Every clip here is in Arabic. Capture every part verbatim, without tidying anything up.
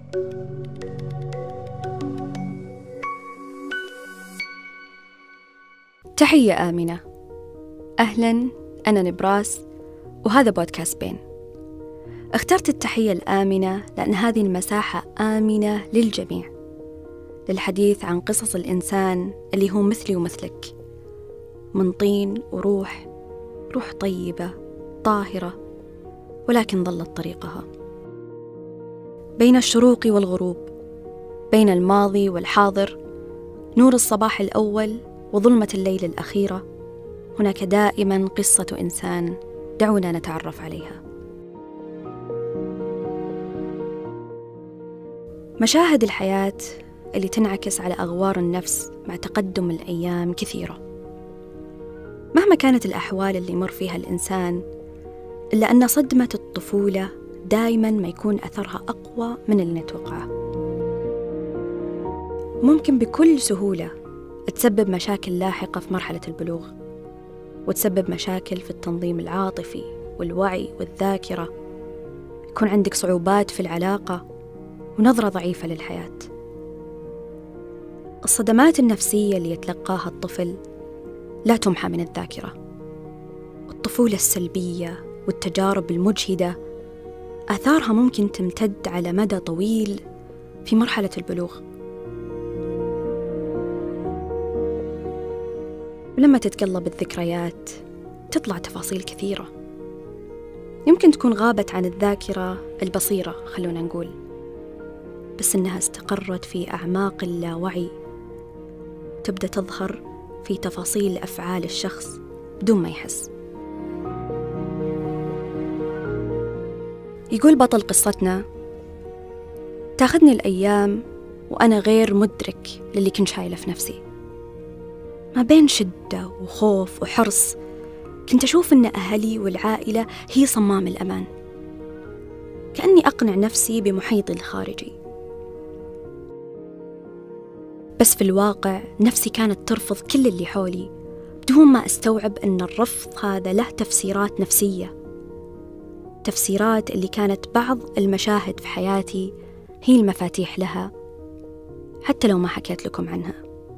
تحية آمنة. أهلاً، أنا نبراس وهذا بودكاست بين. اخترت التحية الآمنة لأن هذه المساحة آمنة للجميع، للحديث عن قصص الإنسان اللي هو مثلي ومثلك، من طين وروح، روح طيبة طاهرة، ولكن ضلت طريقها بين الشروق والغروب، بين الماضي والحاضر، نور الصباح الأول وظلمة الليل الأخيرة. هناك دائما قصة إنسان، دعونا نتعرف عليها. مشاهد الحياة اللي تنعكس على أغوار النفس مع تقدم الأيام كثيرة، مهما كانت الأحوال اللي يمر فيها الإنسان، إلا أن صدمة الطفولة دائما ما يكون أثرها أقوى من اللي نتوقعه. ممكن بكل سهولة تسبب مشاكل لاحقة في مرحلة البلوغ، وتسبب مشاكل في التنظيم العاطفي والوعي والذاكرة، يكون عندك صعوبات في العلاقة ونظرة ضعيفة للحياة. الصدمات النفسية اللي يتلقاها الطفل لا تمحى من الذاكرة. الطفولة السلبية والتجارب المجهدة آثارها ممكن تمتد على مدى طويل في مرحلة البلوغ. ولما تتقلب الذكريات تطلع تفاصيل كثيرة يمكن تكون غابت عن الذاكرة البصيرة، خلونا نقول، بس إنها استقرت في أعماق اللاوعي، تبدأ تظهر في تفاصيل أفعال الشخص بدون ما يحس. يقول بطل قصتنا: تاخذني الأيام وأنا غير مدرك للي كنت شايلة في نفسي، ما بين شدة وخوف وحرص كنت أشوف أن أهلي والعائلة هي صمام الأمان، كأني أقنع نفسي بمحيطي الخارجي. بس في الواقع نفسي كانت ترفض كل اللي حولي بدون ما أستوعب أن الرفض هذا له تفسيرات نفسية، تفسيرات اللي كانت بعض المشاهد في حياتي هي المفاتيح لها، حتى لو ما حكيت لكم عنها.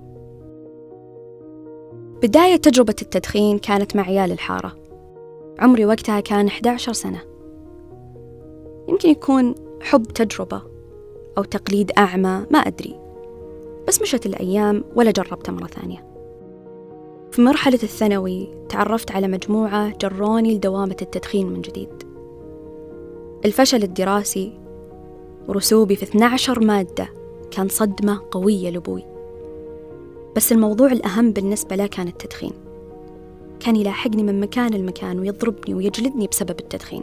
بداية تجربة التدخين كانت مع عيال الحارة، عمري وقتها كان إحدى عشرة سنة. يمكن يكون حب تجربة أو تقليد أعمى، ما أدري، بس مشت الأيام ولا جربتها مرة ثانية. في مرحلة الثانوي تعرفت على مجموعة جروني لدوامة التدخين من جديد. الفشل الدراسي ورسوبي في اثنتي عشرة مادة كان صدمة قوية لأبوي، بس الموضوع الأهم بالنسبة له كان التدخين. كان يلاحقني من مكان لمكان ويضربني ويجلدني بسبب التدخين،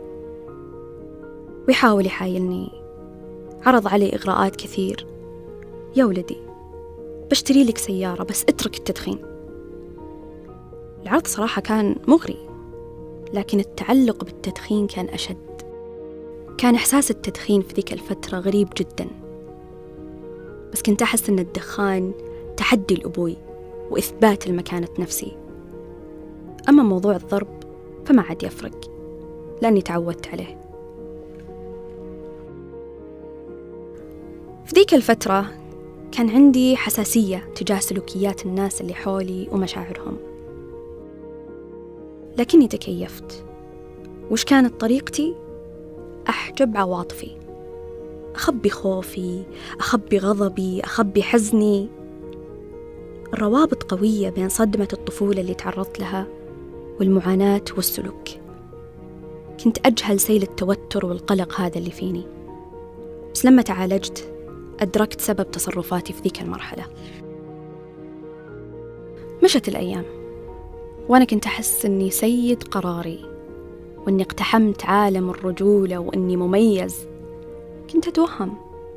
ويحاول يحايلني. عرض علي إغراءات كثير: يا ولدي بشتري لك سيارة بس اترك التدخين. العرض صراحة كان مغري، لكن التعلق بالتدخين كان أشد. كان إحساس التدخين في ذيك الفترة غريب جدا، بس كنت أحس أن الدخان تحدي لأبوي وإثبات لمكانة نفسي. أما موضوع الضرب فما عاد يفرق، لأني تعودت عليه. في ذيك الفترة كان عندي حساسية تجاه سلوكيات الناس اللي حولي ومشاعرهم، لكني تكيفت. وش كانت طريقتي؟ أحجب عواطفي، أخبي خوفي، أخبي غضبي، أخبي حزني. الروابط قوية بين صدمة الطفولة اللي تعرضت لها والمعاناة والسلوك. كنت أجهل سيل التوتر والقلق هذا اللي فيني، بس لما تعالجت أدركت سبب تصرفاتي في ذيك المرحلة. مشت الأيام وأنا كنت أحس أني سيد قراري، وأني اقتحمت عالم الرجولة، وأني مميز. كنت أتوهم،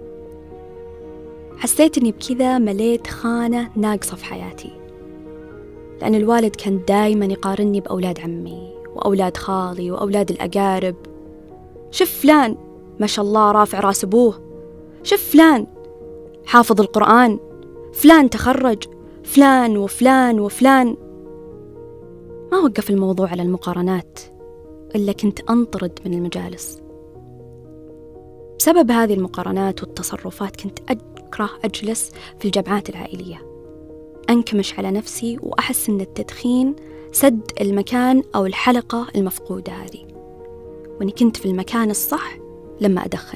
حسيت أني بكذا مليت خانة ناقصة في حياتي، لأن الوالد كان دايما يقارني بأولاد عمي وأولاد خالي وأولاد الأقارب. شوف فلان ما شاء الله رافع راس أبوه، شوف فلان حافظ القرآن، فلان تخرج، فلان وفلان وفلان. ما وقف الموضوع على المقارنات، إلا كنت أنطرد من المجالس. بسبب هذه المقارنات والتصرفات كنت أكره أجلس في الجمعات العائلية، أنكمش على نفسي وأحس أن التدخين سد المكان أو الحلقة المفقودة هذه، وأني كنت في المكان الصح لما أدخن.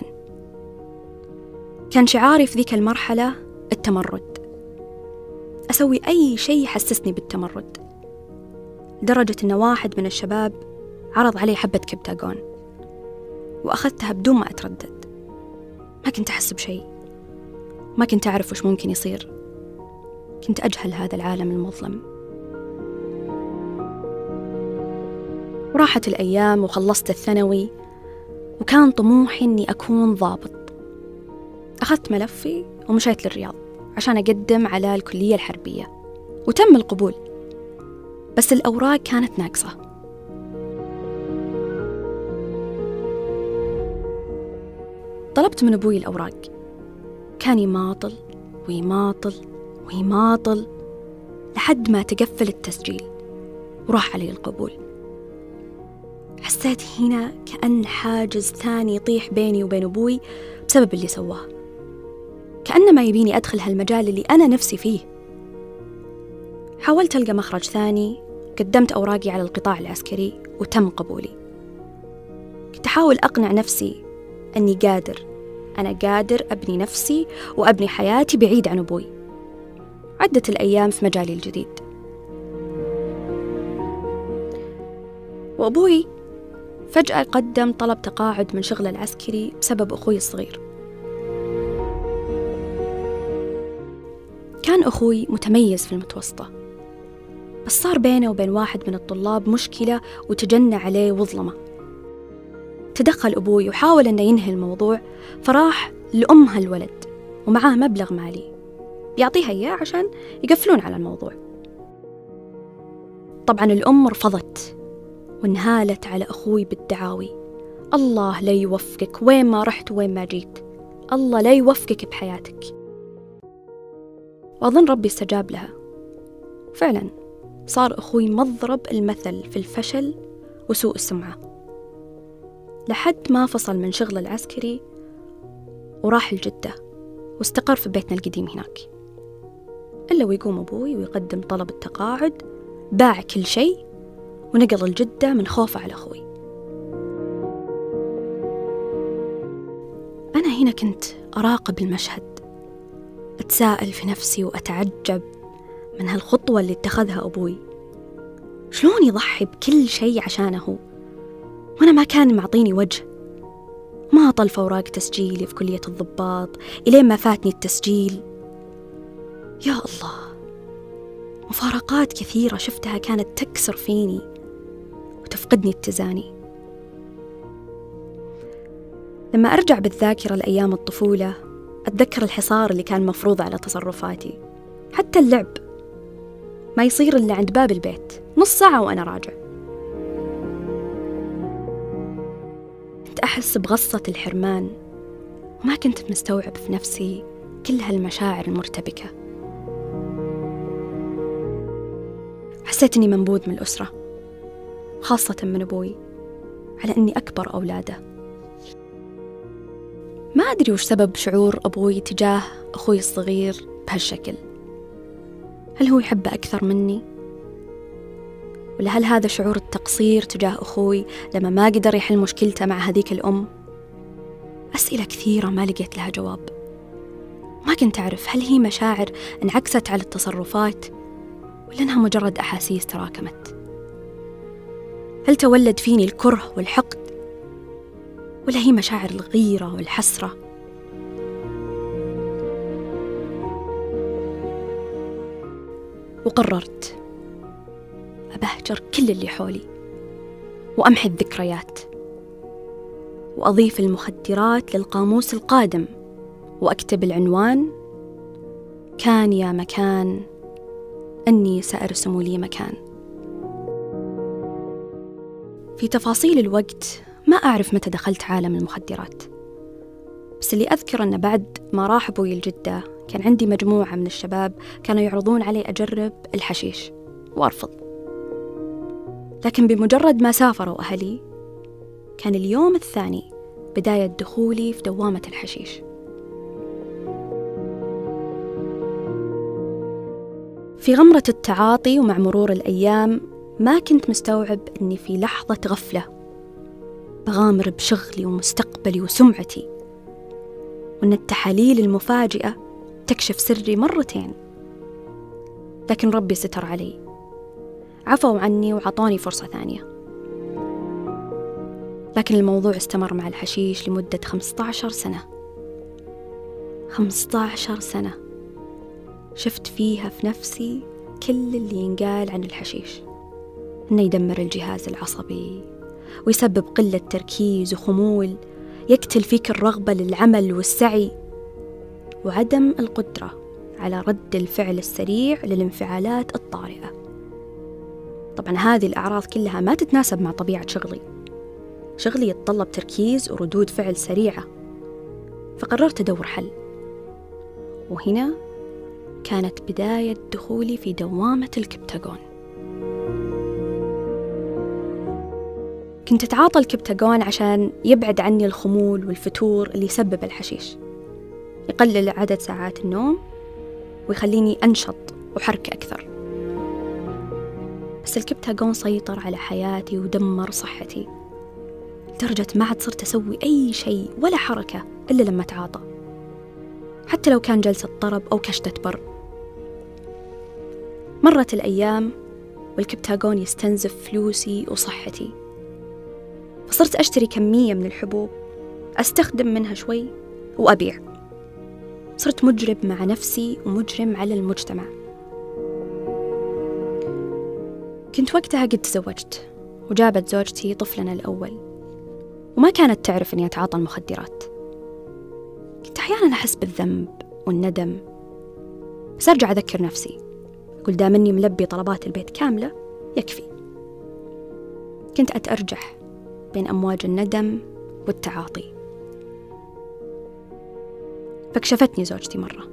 كان شعاري في ذيك المرحلة التمرد، أسوي أي شيء يحسسني بالتمرد، لدرجة أن واحد من الشباب عرض علي حبة كبتاغون وأخذتها بدون ما أتردد. ما كنت أحس بشيء، ما كنت أعرف وش ممكن يصير، كنت أجهل هذا العالم المظلم. وراحت الأيام وخلصت الثانوي، وكان طموحي أني أكون ضابط. أخذت ملفي ومشيت للرياض عشان أقدم على الكلية الحربية، وتم القبول، بس الأوراق كانت ناقصة. طلبت من أبوي الأوراق، كان يماطل ويماطل ويماطل لحد ما تقفل التسجيل وراح علي القبول. حسيت هنا كأن حاجز ثاني يطيح بيني وبين أبوي بسبب اللي سواه، كأنما يبيني أدخل هالمجال اللي أنا نفسي فيه. حاولت ألقى مخرج ثاني، قدمت أوراقي على القطاع العسكري وتم قبولي. كنت أحاول أقنع نفسي أني قادر، أنا قادر أبني نفسي وأبني حياتي بعيد عن أبوي. عدت الأيام في مجالي الجديد، وأبوي فجأة قدم طلب تقاعد من شغله العسكري بسبب أخوي الصغير. كان أخوي متميز في المتوسطة، بس صار بينه وبين واحد من الطلاب مشكلة وتجنى عليه وظلمه. تدخل أبوي وحاول أنه ينهي الموضوع، فراح لأم هالولد ومعاه مبلغ مالي يعطيها إياه عشان يقفلون على الموضوع. طبعا الأم رفضت وانهالت على أخوي بالدعاوي: الله لا يوفقك، وين ما رحت وين ما جيت، الله لا يوفقك بحياتك. وأظن ربي استجاب لها، فعلا صار أخوي مضرب المثل في الفشل وسوء السمعة، لحد ما فصل من شغله العسكري وراح الجدة واستقر في بيتنا القديم هناك. إلا ويقوم أبوي ويقدم طلب التقاعد، باع كل شيء ونقل الجدة من خوفه على أخوي. أنا هنا كنت أراقب المشهد، أتساءل في نفسي وأتعجب من هالخطوة اللي اتخذها أبوي. شلون يضحي بكل شيء عشانه وأنا ما كان معطيني وجه؟ ما طلف أوراق تسجيلي في كلية الضباط إلين ما فاتني التسجيل. يا الله، مفارقات كثيرة شفتها كانت تكسر فيني وتفقدني اتزاني. لما أرجع بالذاكرة لأيام الطفولة أتذكر الحصار اللي كان مفروض على تصرفاتي، حتى اللعب ما يصير إلا عند باب البيت نص ساعة وأنا راجع. كنت أحس بغصة الحرمان وما كنت مستوعب في نفسي كل هالمشاعر المرتبكة. حسيت أني منبوذ من الأسرة، خاصة من أبوي، على أني أكبر أولاده. ما أدري وش سبب شعور أبوي تجاه أخوي الصغير بهالشكل. هل هو يحبه أكثر مني؟ ولا هل هذا شعور التقصير تجاه أخوي لما ما قدر يحل مشكلته مع هذيك الأم؟ أسئلة كثيرة ما لقيت لها جواب. ما كنت أعرف هل هي مشاعر انعكست على التصرفات ولا أنها مجرد أحاسيس تراكمت. هل تولد فيني الكره والحقد ولا هي مشاعر الغيرة والحسرة؟ وقررت أبهجر كل اللي حولي وأمحي الذكريات وأضيف المخدرات للقاموس القادم وأكتب العنوان: كان يا مكان أني سأرسم لي مكان. في تفاصيل الوقت ما أعرف متى دخلت عالم المخدرات، بس اللي أذكر أن بعد ما راح أبوي الجدة كان عندي مجموعة من الشباب كانوا يعرضون علي أجرب الحشيش وأرفض، لكن بمجرد ما سافروا أهلي كان اليوم الثاني بداية دخولي في دوامة الحشيش. في غمرة التعاطي ومع مرور الأيام ما كنت مستوعب أني في لحظة غفلة بغامر بشغلي ومستقبلي وسمعتي، وأن التحاليل المفاجئة تكشف سري مرتين. لكن ربي ستر علي، عفوا عني وعطاني فرصة ثانية. لكن الموضوع استمر مع الحشيش لمدة خمسة عشر سنة. خمسة عشر سنة شفت فيها في نفسي كل اللي ينقال عن الحشيش، إنه يدمر الجهاز العصبي ويسبب قلة تركيز وخمول، يقتل فيك الرغبة للعمل والسعي وعدم القدرة على رد الفعل السريع للانفعالات الطارئة. طبعا هذه الأعراض كلها ما تتناسب مع طبيعة شغلي. شغلي يتطلب تركيز وردود فعل سريعة، فقررت أدور حل. وهنا كانت بداية دخولي في دوامة الكبتاغون. كنت أتعاطى الكبتاغون عشان يبعد عني الخمول والفتور اللي يسبب الحشيش، يقلل عدد ساعات النوم ويخليني أنشط وحركة أكثر. بس الكبتاغون سيطر على حياتي ودمر صحتي لدرجة ما عاد صرت أسوي أي شيء ولا حركة إلا لما أتعاطى، حتى لو كان جلسة طرب أو كشتة بر. مرت الأيام والكبتاغون يستنزف فلوسي وصحتي، فصرت أشتري كمية من الحبوب أستخدم منها شوي وأبيع. صرت مجرم مع نفسي ومجرم على المجتمع. كنت وقتها قد تزوجت وجابت زوجتي طفلنا الأول، وما كانت تعرف أني أتعاطى المخدرات. كنت أحيانا أحس بالذنب والندم، بس أرجع أذكر نفسي، أقول دام أني ملبي طلبات البيت كاملة يكفي. كنت أتأرجح بين أمواج الندم والتعاطي. فكشفتني زوجتي مرة،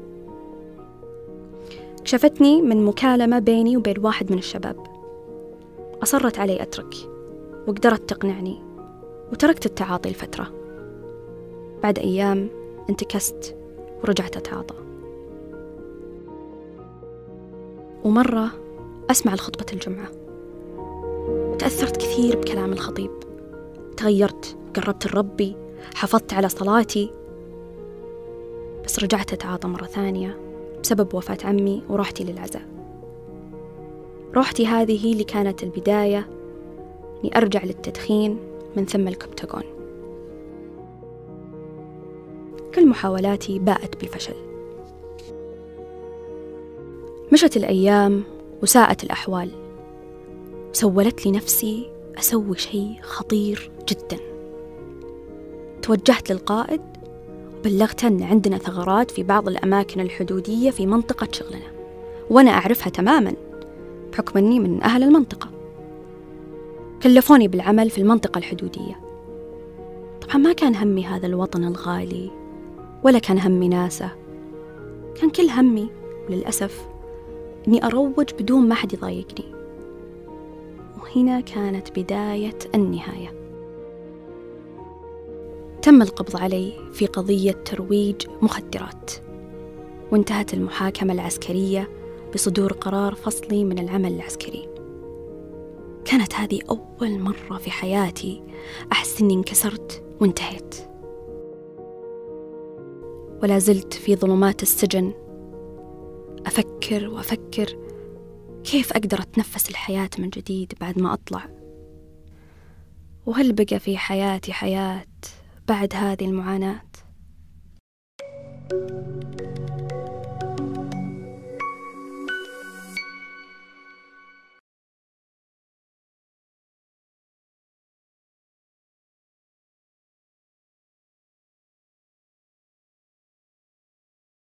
كشفتني من مكالمة بيني وبين واحد من الشباب. أصرت علي أترك وقدرت تقنعني، وتركت التعاطي لفترة. بعد أيام انتكست ورجعت أتعاطى. ومرة أسمع الخطبة الجمعة، تأثرت كثير بكلام الخطيب، تغيرت، قربت لربي، حافظت على صلاتي. بس رجعت أتعاطى مرة ثانية بسبب وفاة عمي وروحتي للعزاء. روحتي هذه هي اللي كانت البداية إني أرجع للتدخين، من ثم الكبتاغون. كل محاولاتي باءت بالفشل. مشت الأيام وساءت الأحوال، سولت لي نفسي أسوي شيء خطير جدا. توجهت للقائد وبلغته أن عندنا ثغرات في بعض الأماكن الحدودية في منطقة شغلنا، وأنا أعرفها تماما بحكم أني من أهل المنطقة. كلفوني بالعمل في المنطقة الحدودية. طبعا ما كان همي هذا الوطن الغالي، ولا كان همي ناسه. كان كل همي وللأسف أني أروج بدون ما حد يضايقني. وهنا كانت بداية النهاية. تم القبض علي في قضية ترويج مخدرات، وانتهت المحاكمة العسكرية بصدور قرار فصلي من العمل العسكري. كانت هذه أول مرة في حياتي أحس أني انكسرت وانتهيت، ولا زلت في ظلمات السجن أفكر وأفكر كيف أقدر أتنفس الحياة من جديد بعد ما أطلع، وهل بقى في حياتي حياة بعد هذه المعاناة؟